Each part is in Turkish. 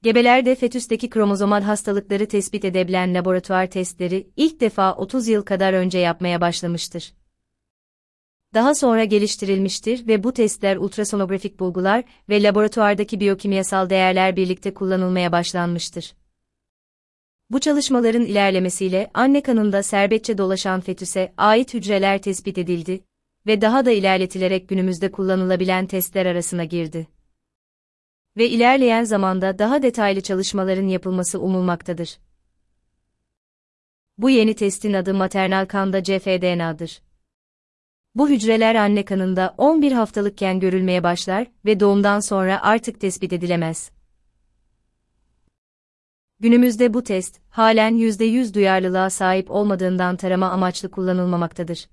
Gebelerde fetüsteki kromozomal hastalıkları tespit edebilen laboratuvar testleri ilk defa 30 yıl kadar önce yapmaya başlamıştır. Daha sonra geliştirilmiştir ve bu testler ultrasonografik bulgular ve laboratuvardaki biyokimyasal değerler birlikte kullanılmaya başlanmıştır. Bu çalışmaların ilerlemesiyle anne kanında serbestçe dolaşan fetüse ait hücreler tespit edildi ve daha da ilerletilerek günümüzde kullanılabilen testler arasına girdi. Ve ilerleyen zamanda daha detaylı çalışmaların yapılması umulmaktadır. Bu yeni testin adı maternal kanda cfDNA'dır. Bu hücreler anne kanında 11 haftalıkken görülmeye başlar ve doğumdan sonra artık tespit edilemez. Günümüzde bu test, halen %100 duyarlılığa sahip olmadığından tarama amaçlı kullanılmamaktadır.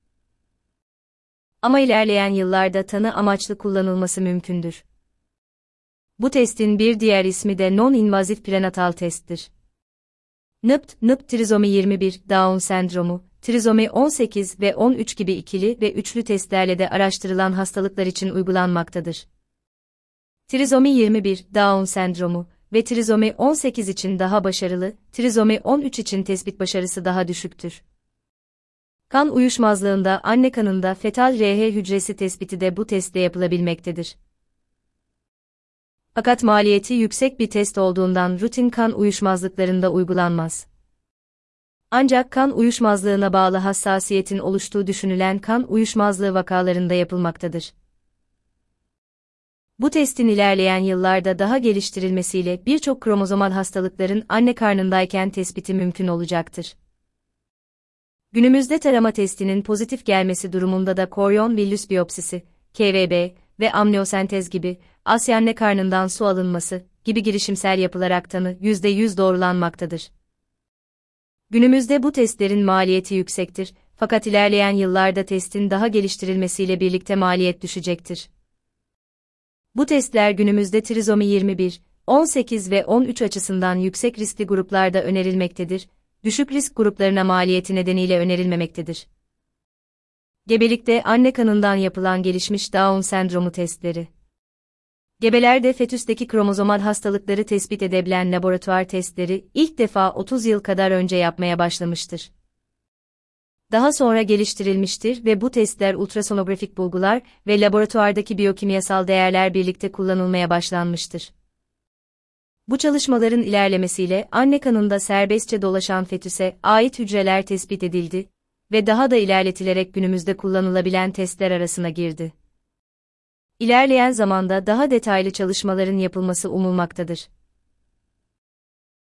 Ama ilerleyen yıllarda tanı amaçlı kullanılması mümkündür. Bu testin bir diğer ismi de non-invazif prenatal testtir. NIPT, trizomi 21, Down sendromu, trizomi 18 ve 13 gibi ikili ve üçlü testlerle de araştırılan hastalıklar için uygulanmaktadır. Trizomi 21, Down sendromu ve trizomi 18 için daha başarılı, trizomi 13 için tespit başarısı daha düşüktür. Kan uyuşmazlığında anne kanında fetal Rh hücresi tespiti de bu testle yapılabilmektedir. Fakat maliyeti yüksek bir test olduğundan rutin kan uyuşmazlıklarında uygulanmaz. Ancak kan uyuşmazlığına bağlı hassasiyetin oluştuğu düşünülen kan uyuşmazlığı vakalarında yapılmaktadır. Bu testin ilerleyen yıllarda daha geliştirilmesiyle birçok kromozomal hastalıkların anne karnındayken tespiti mümkün olacaktır. Günümüzde tarama testinin pozitif gelmesi durumunda da koryon villus biyopsisi, KVB ve amniyosentez gibi, anne karnından su alınması gibi girişimsel yapılarak tanı %100 doğrulanmaktadır. Günümüzde bu testlerin maliyeti yüksektir, fakat ilerleyen yıllarda testin daha geliştirilmesiyle birlikte maliyet düşecektir. Bu testler günümüzde trizomi 21, 18 ve 13 açısından yüksek riskli gruplarda önerilmektedir, düşük risk gruplarına maliyeti nedeniyle önerilmemektedir. Gebelikte anne kanından yapılan gelişmiş Down sendromu testleri. Gebelerde fetüsteki kromozomal hastalıkları tespit edebilen laboratuvar testleri ilk defa 30 yıl kadar önce yapmaya başlamıştır. Daha sonra geliştirilmiştir ve bu testler ultrasonografik bulgular ve laboratuvardaki biyokimyasal değerler birlikte kullanılmaya başlanmıştır. Bu çalışmaların ilerlemesiyle anne kanında serbestçe dolaşan fetüse ait hücreler tespit edildi ve daha da ilerletilerek günümüzde kullanılabilen testler arasına girdi. İlerleyen zamanda daha detaylı çalışmaların yapılması umulmaktadır.